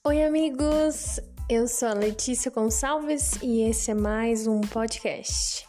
Oi, amigos! Eu sou a Letícia Gonçalves e esse é mais um podcast.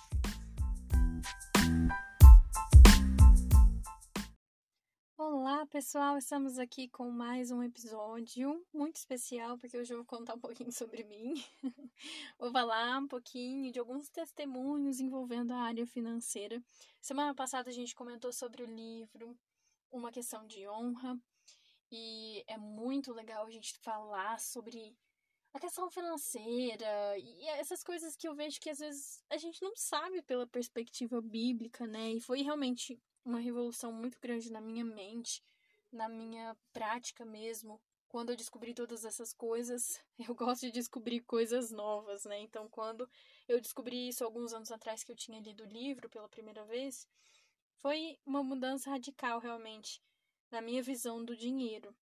Olá, pessoal! Estamos aqui com mais um episódio muito especial, porque hoje eu vou contar um pouquinho sobre mim. Vou falar um pouquinho de alguns testemunhos envolvendo a área financeira. Semana passada a gente comentou sobre o livro Uma Questão de Honra. E é muito legal a gente falar sobre a questão financeira e essas coisas que eu vejo que às vezes a gente não sabe pela perspectiva bíblica, né? E foi realmente uma revolução muito grande na minha mente, na minha prática mesmo. Quando eu descobri todas essas coisas, eu gosto de descobrir coisas novas, né? Então, quando eu descobri isso alguns anos atrás, que eu tinha lido o livro pela primeira vez, foi uma mudança radical, realmente, na minha visão do dinheiro.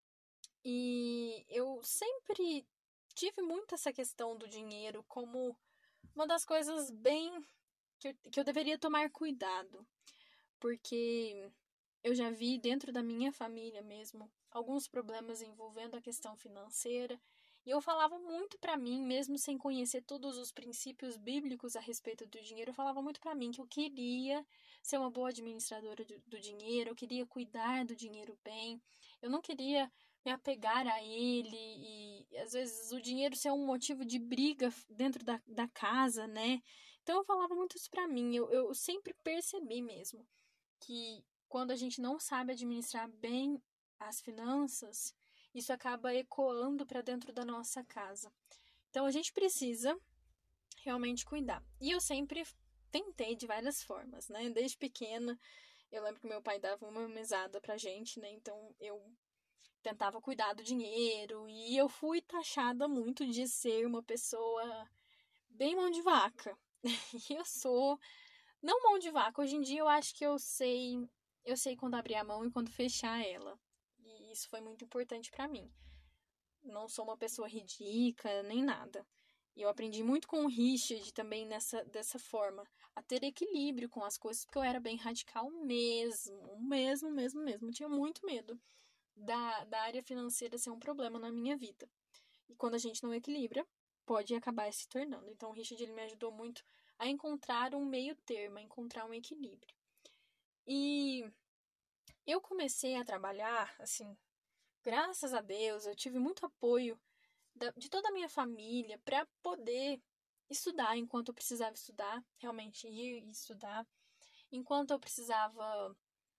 E eu sempre tive muito essa questão do dinheiro como uma das coisas bem que eu deveria tomar cuidado, porque eu já vi dentro da minha família mesmo alguns problemas envolvendo a questão financeira, e eu falava muito para mim, mesmo sem conhecer todos os princípios bíblicos a respeito do dinheiro, eu falava muito para mim que eu queria ser uma boa administradora do dinheiro, eu queria cuidar do dinheiro bem, eu não queria me apegar a ele e às vezes o dinheiro ser um motivo de briga dentro da casa, né? Então eu falava muito isso pra mim, eu sempre percebi mesmo que quando a gente não sabe administrar bem as finanças, isso acaba ecoando para dentro da nossa casa. Então a gente precisa realmente cuidar. E eu sempre tentei de várias formas, né? Desde pequena, eu lembro que meu pai dava uma mesada pra gente, né? Então eu tentava cuidar do dinheiro e eu fui taxada muito de ser uma pessoa bem mão de vaca. E eu sou não mão de vaca. Hoje em dia eu acho que eu sei quando abrir a mão e quando fechar ela. E isso foi muito importante pra mim. Não sou uma pessoa ridícula nem nada. E eu aprendi muito com o Richard também dessa forma, a ter equilíbrio com as coisas, porque eu era bem radical mesmo. Tinha muito medo da área financeira ser um problema na minha vida. E quando a gente não equilibra, pode acabar se tornando. Então o Richard ele me ajudou muito a encontrar um meio termo, a encontrar um equilíbrio. E eu comecei a trabalhar, assim, graças a Deus, eu tive muito apoio de toda a minha família para poder estudar enquanto eu precisava estudar, realmente ir e estudar. Enquanto eu precisava,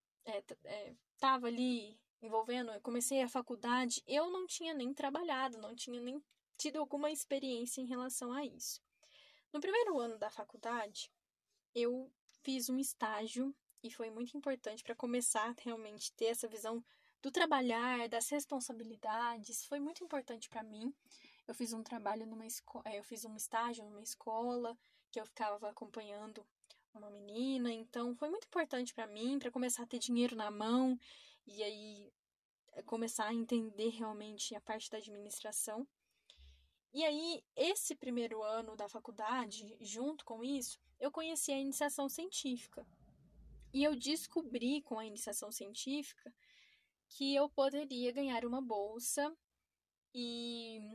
estava ali envolvendo, eu comecei a faculdade, eu não tinha nem trabalhado, não tinha nem tido alguma experiência em relação a isso. No primeiro ano da faculdade, eu fiz um estágio e foi muito importante para começar a realmente ter essa visão do trabalhar, das responsabilidades. Foi muito importante para mim. Eu fiz um trabalho eu fiz um estágio numa escola que eu ficava acompanhando uma menina, então foi muito importante para mim, para começar a ter dinheiro na mão e aí começar a entender realmente a parte da administração. E aí, esse primeiro ano da faculdade, junto com isso, eu conheci a iniciação científica. E eu descobri com a iniciação científica que eu poderia ganhar uma bolsa e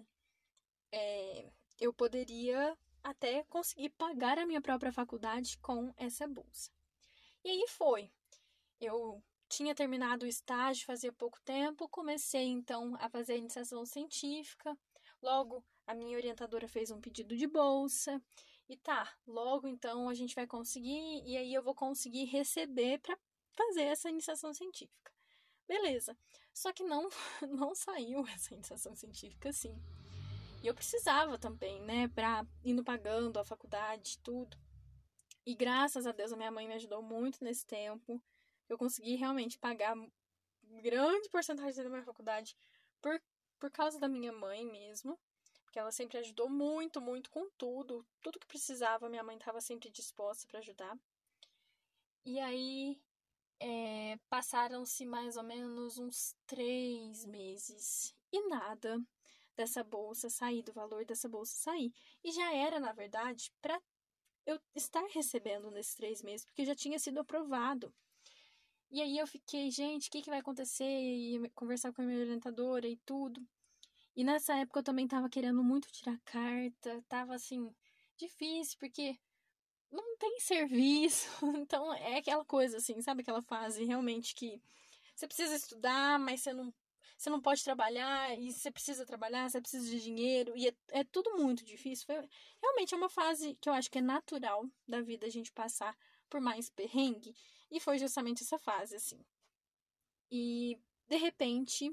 eu poderia até conseguir pagar a minha própria faculdade com essa bolsa. E aí foi. Eu tinha terminado o estágio fazia pouco tempo, comecei então a fazer a iniciação científica. Logo, a minha orientadora fez um pedido de bolsa. E logo então a gente vai conseguir, e aí eu vou conseguir receber para fazer essa iniciação científica. Beleza. Só que não, não saiu essa iniciação científica assim. E eu precisava também, né, para indo pagando a faculdade, tudo. E graças a Deus a minha mãe me ajudou muito nesse tempo. Eu consegui realmente pagar grande porcentagem da minha faculdade por causa da minha mãe mesmo. Porque ela sempre ajudou muito com tudo. Tudo que precisava, minha mãe estava sempre disposta para ajudar. E aí, passaram-se mais ou menos uns 3 meses. E nada dessa bolsa sair, do valor dessa bolsa sair. E já era, na verdade, para eu estar recebendo nesses 3 meses, porque já tinha sido aprovado. E aí eu fiquei, gente, o que vai acontecer? E conversar com a minha orientadora e tudo. E nessa época eu também tava querendo muito tirar carta, tava assim, difícil, porque não tem serviço, então é aquela coisa assim, sabe aquela fase realmente que você precisa estudar, mas você não pode trabalhar, e você precisa trabalhar, você precisa de dinheiro, e é tudo muito difícil. Realmente é uma fase que eu acho que é natural da vida a gente passar por mais perrengue, e foi justamente essa fase, assim. E, de repente,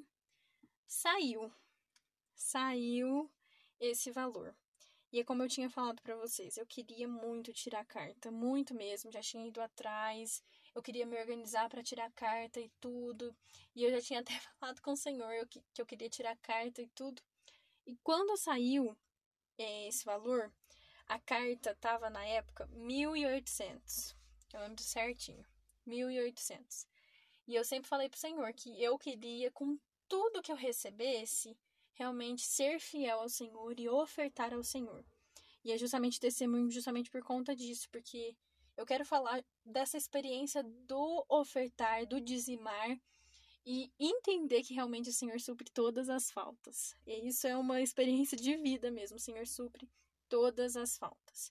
saiu esse valor. E é como eu tinha falado pra vocês, eu queria muito tirar a carta, muito mesmo, já tinha ido atrás, eu queria me organizar pra tirar a carta e tudo. E eu já tinha até falado com o senhor que eu queria tirar a carta e tudo. E quando saiu esse valor, a carta tava na época 1.800. Eu lembro certinho, 1.800. E eu sempre falei pro senhor que eu queria, com tudo que eu recebesse, realmente ser fiel ao Senhor e ofertar ao Senhor. E é justamente testemunho justamente por conta disso, porque eu quero falar dessa experiência do ofertar, do dizimar e entender que realmente o Senhor supre todas as faltas. E isso é uma experiência de vida mesmo, o Senhor supre todas as faltas.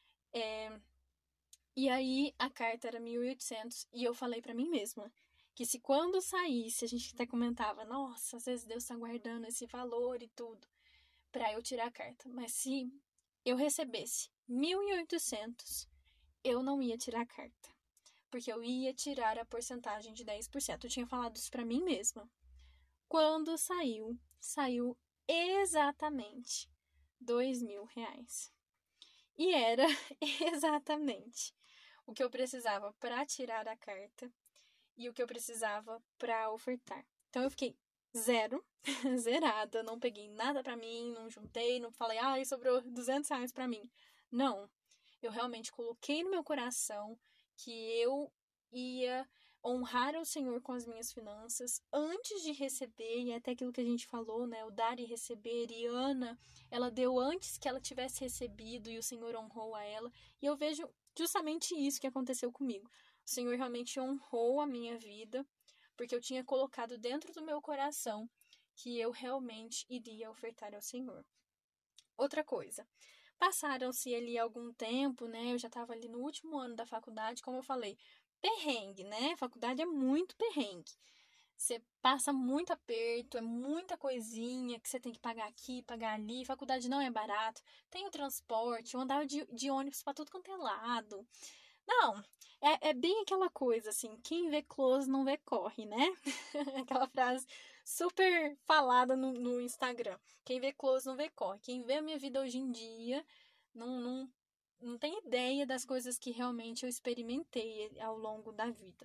E aí a carta era 1.800 e eu falei pra mim mesma que se quando saísse, a gente até comentava, nossa, às vezes Deus tá guardando esse valor e tudo pra eu tirar a carta, mas se eu recebesse 1.800, eu não ia tirar a carta, porque eu ia tirar a porcentagem de 10%. Eu tinha falado isso pra mim mesma. Quando saiu exatamente R$ 2.000. E era exatamente o que eu precisava para tirar a carta e o que eu precisava para ofertar. Então eu fiquei zero, zerada, não peguei nada para mim, não juntei, não falei, sobrou R$ 200 para mim. Não, eu realmente coloquei no meu coração que eu ia honrar ao Senhor com as minhas finanças antes de receber, e é até aquilo que a gente falou, né, o dar e receber. E Ana, ela deu antes que ela tivesse recebido e o Senhor honrou a ela, e eu vejo justamente isso que aconteceu comigo. O Senhor realmente honrou a minha vida, porque eu tinha colocado dentro do meu coração que eu realmente iria ofertar ao Senhor. Outra coisa, passaram-se ali algum tempo, né? Eu já estava ali no último ano da faculdade, como eu falei, perrengue, né? Faculdade é muito perrengue. Você passa muito aperto, é muita coisinha que você tem que pagar aqui, pagar ali. Faculdade não é barato. Tem o transporte, eu andava de ônibus para tudo quanto é lado. Não, é bem aquela coisa assim, quem vê close não vê corre, né? Aquela frase super falada no Instagram. Quem vê close não vê corre. Quem vê a minha vida hoje em dia não tem ideia das coisas que realmente eu experimentei ao longo da vida.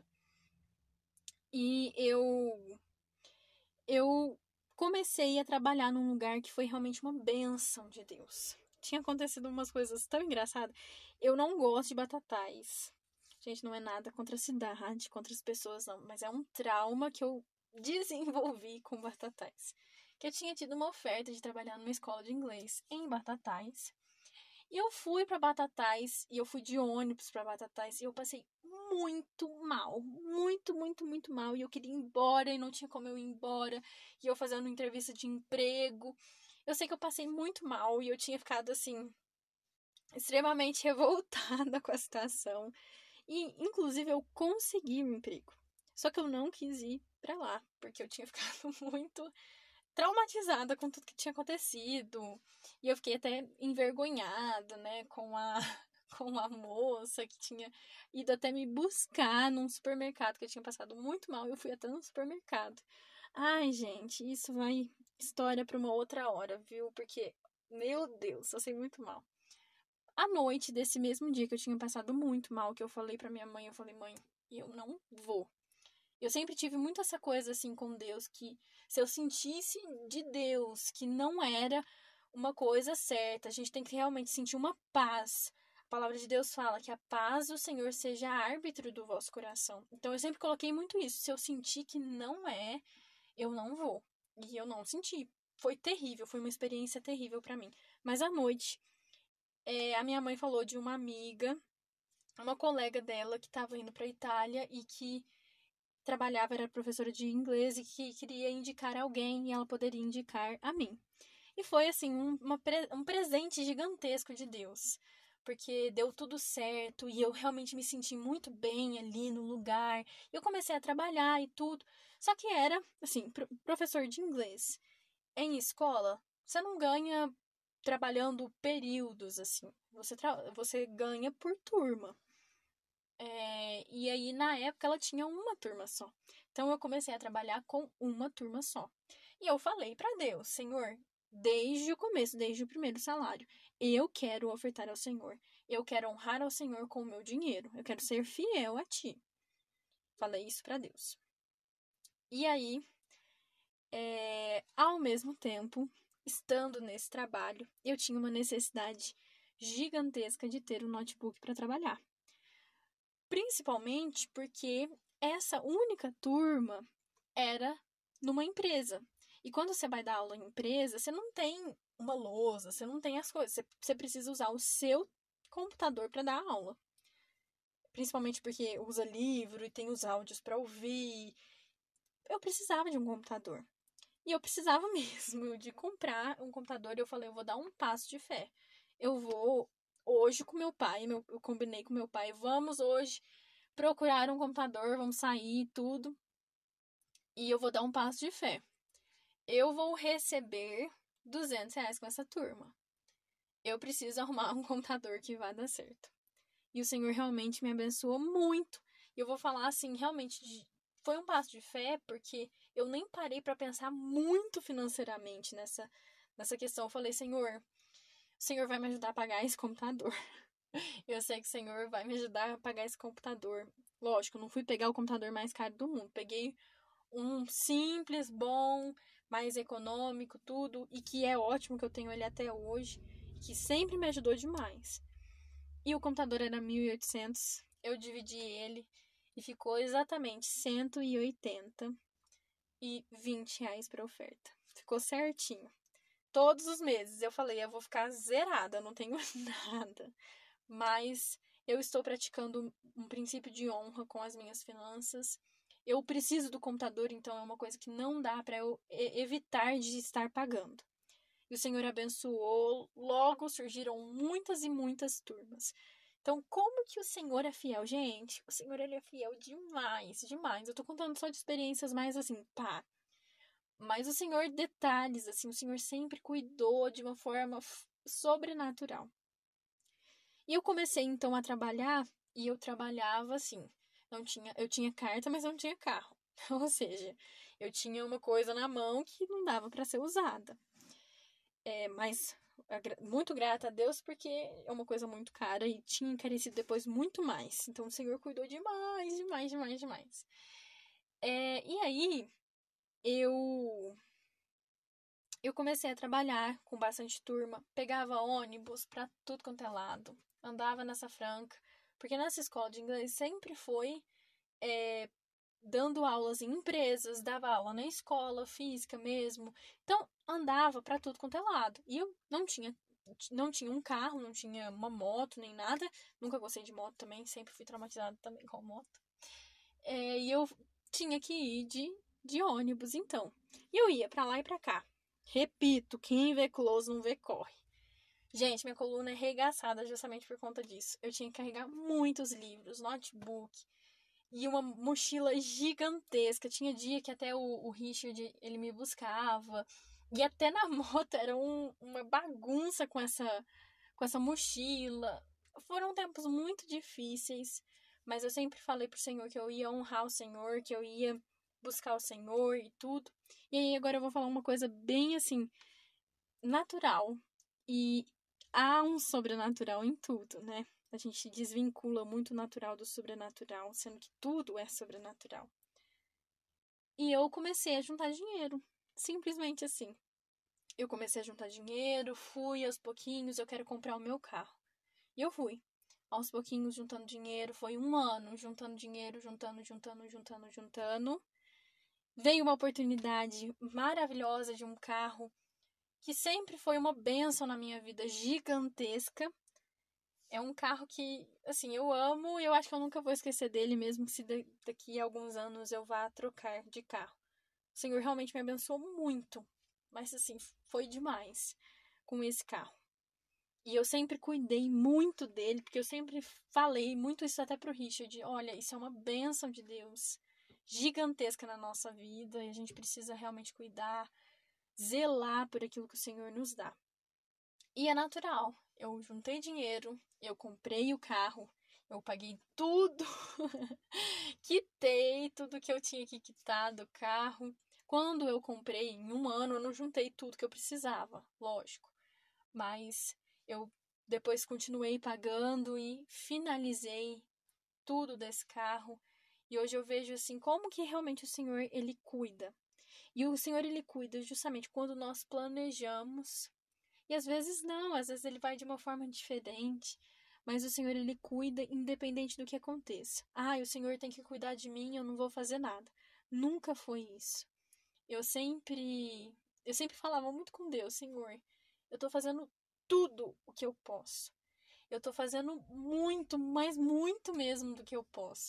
E eu comecei a trabalhar num lugar que foi realmente uma bênção de Deus. Tinha acontecido umas coisas tão engraçadas. Eu não gosto de batatais. Gente, não é nada contra a cidade, contra as pessoas, não. Mas é um trauma que eu desenvolvi com Batatais. Que eu tinha tido uma oferta de trabalhar numa escola de inglês em Batatais. E eu fui para Batatais, e eu fui de ônibus para Batatais, e eu passei muito mal. Muito, muito, muito mal. E eu queria ir embora, e não tinha como eu ir embora. E eu fazendo entrevista de emprego. Eu sei que eu passei muito mal, e eu tinha ficado, assim, extremamente revoltada com a situação. E, inclusive, eu consegui um emprego. Só que eu não quis ir pra lá, porque eu tinha ficado muito traumatizada com tudo que tinha acontecido. E eu fiquei até envergonhada, né, com a moça que tinha ido até me buscar num supermercado, que eu tinha passado muito mal. Eu fui até no supermercado. Ai, gente, isso vai história pra uma outra hora, viu? Porque, meu Deus, eu sei muito mal. À noite desse mesmo dia que eu tinha passado muito mal, que eu falei pra minha mãe, eu falei, mãe, eu não vou. Eu sempre tive muito essa coisa assim com Deus, que se eu sentisse de Deus que não era uma coisa certa, a gente tem que realmente sentir uma paz. A palavra de Deus fala que a paz do Senhor seja árbitro do vosso coração. Então eu sempre coloquei muito isso. Se eu sentir que não é, eu não vou. E eu não senti. Foi terrível, foi uma experiência terrível pra mim. Mas à noite, a minha mãe falou de uma amiga, uma colega dela que estava indo para Itália e que trabalhava, era professora de inglês e que queria indicar alguém e ela poderia indicar a mim. E foi, assim, um presente gigantesco de Deus, porque deu tudo certo e eu realmente me senti muito bem ali no lugar. Eu comecei a trabalhar e tudo, só que era, assim, professor de inglês. Em escola, você não ganha trabalhando períodos, assim, você ganha por turma. E aí, na época, ela tinha uma turma só. Então, eu comecei a trabalhar com uma turma só. E eu falei para Deus, Senhor, desde o começo, desde o primeiro salário, eu quero ofertar ao Senhor. Eu quero honrar ao Senhor com o meu dinheiro. Eu quero ser fiel a Ti. Falei isso para Deus. E aí, ao mesmo tempo, estando nesse trabalho, eu tinha uma necessidade gigantesca de ter um notebook para trabalhar. Principalmente porque essa única turma era numa empresa. E quando você vai dar aula em empresa, você não tem uma lousa, você não tem as coisas. Você precisa usar o seu computador para dar aula. Principalmente porque usa livro e tem os áudios para ouvir. Eu precisava de um computador. E eu precisava mesmo de comprar um computador. E eu falei, eu vou dar um passo de fé. Eu vou hoje com meu pai, eu combinei com meu pai, vamos hoje procurar um computador, vamos sair e tudo. E eu vou dar um passo de fé. Eu vou receber R$ 200 com essa turma. Eu preciso arrumar um computador que vai dar certo. E o Senhor realmente me abençoou muito. E eu vou falar assim, realmente, foi um passo de fé, porque eu nem parei para pensar muito financeiramente nessa questão. Eu falei, Senhor, o Senhor vai me ajudar a pagar esse computador. Eu sei que o Senhor vai me ajudar a pagar esse computador. Lógico, não fui pegar o computador mais caro do mundo. Peguei um simples, bom, mais econômico, tudo. E que é ótimo, que eu tenho ele até hoje. Que sempre me ajudou demais. E o computador era 1.800. Eu dividi ele e ficou exatamente R$ 180 e R$ 20 para oferta. Ficou certinho. Todos os meses eu falei, eu vou ficar zerada, não tenho nada. Mas eu estou praticando um princípio de honra com as minhas finanças. Eu preciso do computador, então é uma coisa que não dá para eu evitar de estar pagando. E o Senhor abençoou, logo surgiram muitas e muitas turmas. Então, como que o Senhor é fiel? Gente, o Senhor ele é fiel demais, demais. Eu tô contando só de experiências mais assim, pá. Mas o Senhor, detalhes, assim, o Senhor sempre cuidou de uma forma sobrenatural. E eu comecei então a trabalhar e eu trabalhava assim. Eu tinha carta, mas não tinha carro. Ou seja, eu tinha uma coisa na mão que não dava para ser usada. Mas muito grata a Deus porque é uma coisa muito cara e tinha encarecido depois muito mais. Então o Senhor cuidou demais, demais, demais, demais. E aí eu comecei a trabalhar com bastante turma, pegava ônibus pra tudo quanto é lado, andava nessa franca, porque nessa escola de inglês sempre foi dando aulas em empresas, dava aula na escola, física mesmo. Então, andava pra tudo quanto é lado. E eu não tinha um carro, não tinha uma moto, nem nada. Nunca gostei de moto também, sempre fui traumatizada também com moto. E eu tinha que ir de ônibus, então. E eu ia pra lá e pra cá. Repito, quem vê close não vê corre. Gente, minha coluna é arregaçada justamente por conta disso. Eu tinha que carregar muitos livros, notebook e uma mochila gigantesca. Tinha dia que até o Richard, ele me buscava. E até na moto era uma bagunça com essa mochila. Foram tempos muito difíceis, mas eu sempre falei pro Senhor que eu ia honrar o Senhor, que eu ia buscar o Senhor e tudo. E aí agora eu vou falar uma coisa bem assim, natural. E há um sobrenatural em tudo, né? A gente desvincula muito o natural do sobrenatural, sendo que tudo é sobrenatural. E eu comecei a juntar dinheiro, simplesmente assim. Eu comecei a juntar dinheiro, fui aos pouquinhos, eu quero comprar o meu carro. E eu fui, aos pouquinhos, juntando dinheiro. Foi um ano juntando dinheiro, juntando. Veio uma oportunidade maravilhosa de um carro que sempre foi uma bênção na minha vida, gigantesca. É um carro que, assim, eu amo e eu acho que eu nunca vou esquecer dele, mesmo se daqui a alguns anos eu vá trocar de carro. O Senhor realmente me abençoou muito, mas, assim, foi demais com esse carro. E eu sempre cuidei muito dele, porque eu sempre falei muito isso até pro Richard. Olha, isso é uma bênção de Deus gigantesca na nossa vida e a gente precisa realmente cuidar, zelar por aquilo que o Senhor nos dá. E é natural. Eu juntei dinheiro, eu comprei o carro, eu paguei tudo, quitei tudo que eu tinha que quitar do carro. Quando eu comprei, em um ano, eu não juntei tudo que eu precisava, lógico. Mas eu depois continuei pagando e finalizei tudo desse carro. E hoje eu vejo assim como que realmente o Senhor ele cuida. E o Senhor ele cuida justamente quando nós planejamos. E às vezes não, às vezes ele vai de uma forma diferente. Mas o Senhor ele cuida independente do que aconteça. Ah, o Senhor tem que cuidar de mim, eu não vou fazer nada. Nunca foi isso. Eu sempre falava muito com Deus, Senhor, eu tô fazendo tudo o que eu posso. Eu tô fazendo muito, mas muito mesmo do que eu posso.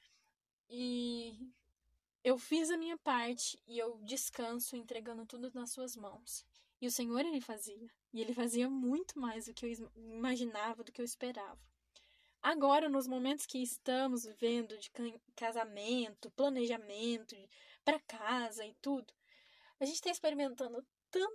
E eu fiz a minha parte e eu descanso entregando tudo nas suas mãos. E o Senhor, ele fazia. E ele fazia muito mais do que eu imaginava, do que eu esperava. Agora, nos momentos que estamos vivendo de casamento, planejamento, para casa e tudo, a gente está experimentando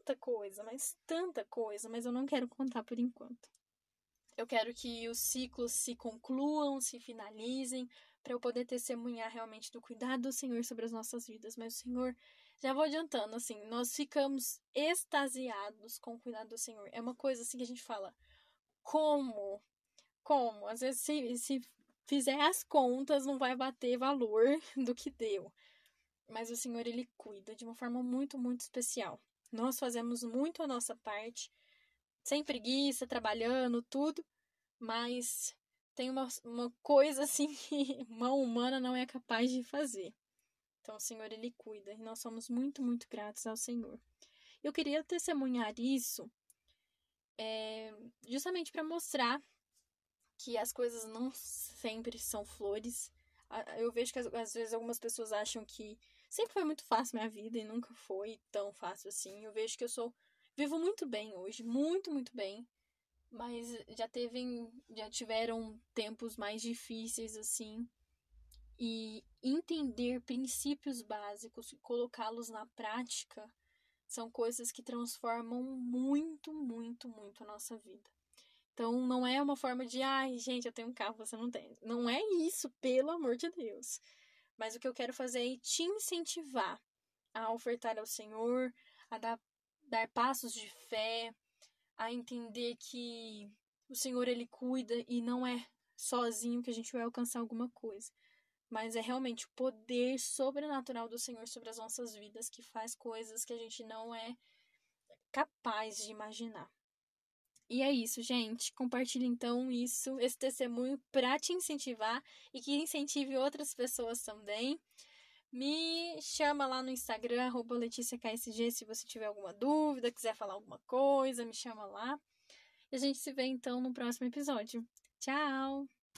tanta coisa, mas eu não quero contar por enquanto. Eu quero que os ciclos se concluam, se finalizem, para eu poder testemunhar realmente do cuidado do Senhor sobre as nossas vidas. Mas o Senhor, já vou adiantando, assim, nós ficamos extasiados com o cuidado do Senhor. É uma coisa assim que a gente fala, como? Como? Às vezes, se fizer as contas, não vai bater valor do que deu. Mas o Senhor, ele cuida de uma forma muito, muito especial. Nós fazemos muito a nossa parte, sem preguiça, trabalhando, tudo, mas tem uma coisa assim que mão humana não é capaz de fazer. Então o Senhor, ele cuida e nós somos muito, muito gratos ao Senhor. Eu queria testemunhar isso justamente para mostrar que as coisas não sempre são flores. Eu vejo que às vezes algumas pessoas acham que sempre foi muito fácil minha vida e nunca foi tão fácil assim. Eu vejo que vivo muito bem hoje, muito, muito bem. Mas já tiveram tempos mais difíceis assim. E entender princípios básicos, colocá-los na prática, são coisas que transformam muito, muito, muito a nossa vida. Então, não é uma forma de, ai, gente, eu tenho um carro, você não tem. Não é isso, pelo amor de Deus. Mas o que eu quero fazer é te incentivar a ofertar ao Senhor, a dar passos de fé, a entender que o Senhor, ele cuida e não é sozinho que a gente vai alcançar alguma coisa. Mas é realmente o poder sobrenatural do Senhor sobre as nossas vidas que faz coisas que a gente não é capaz de imaginar. E é isso, gente. Compartilhe então esse testemunho para te incentivar e que incentive outras pessoas também. Me chama lá no Instagram, @LeticiaKSG, se você tiver alguma dúvida, quiser falar alguma coisa, me chama lá. E a gente se vê então no próximo episódio. Tchau!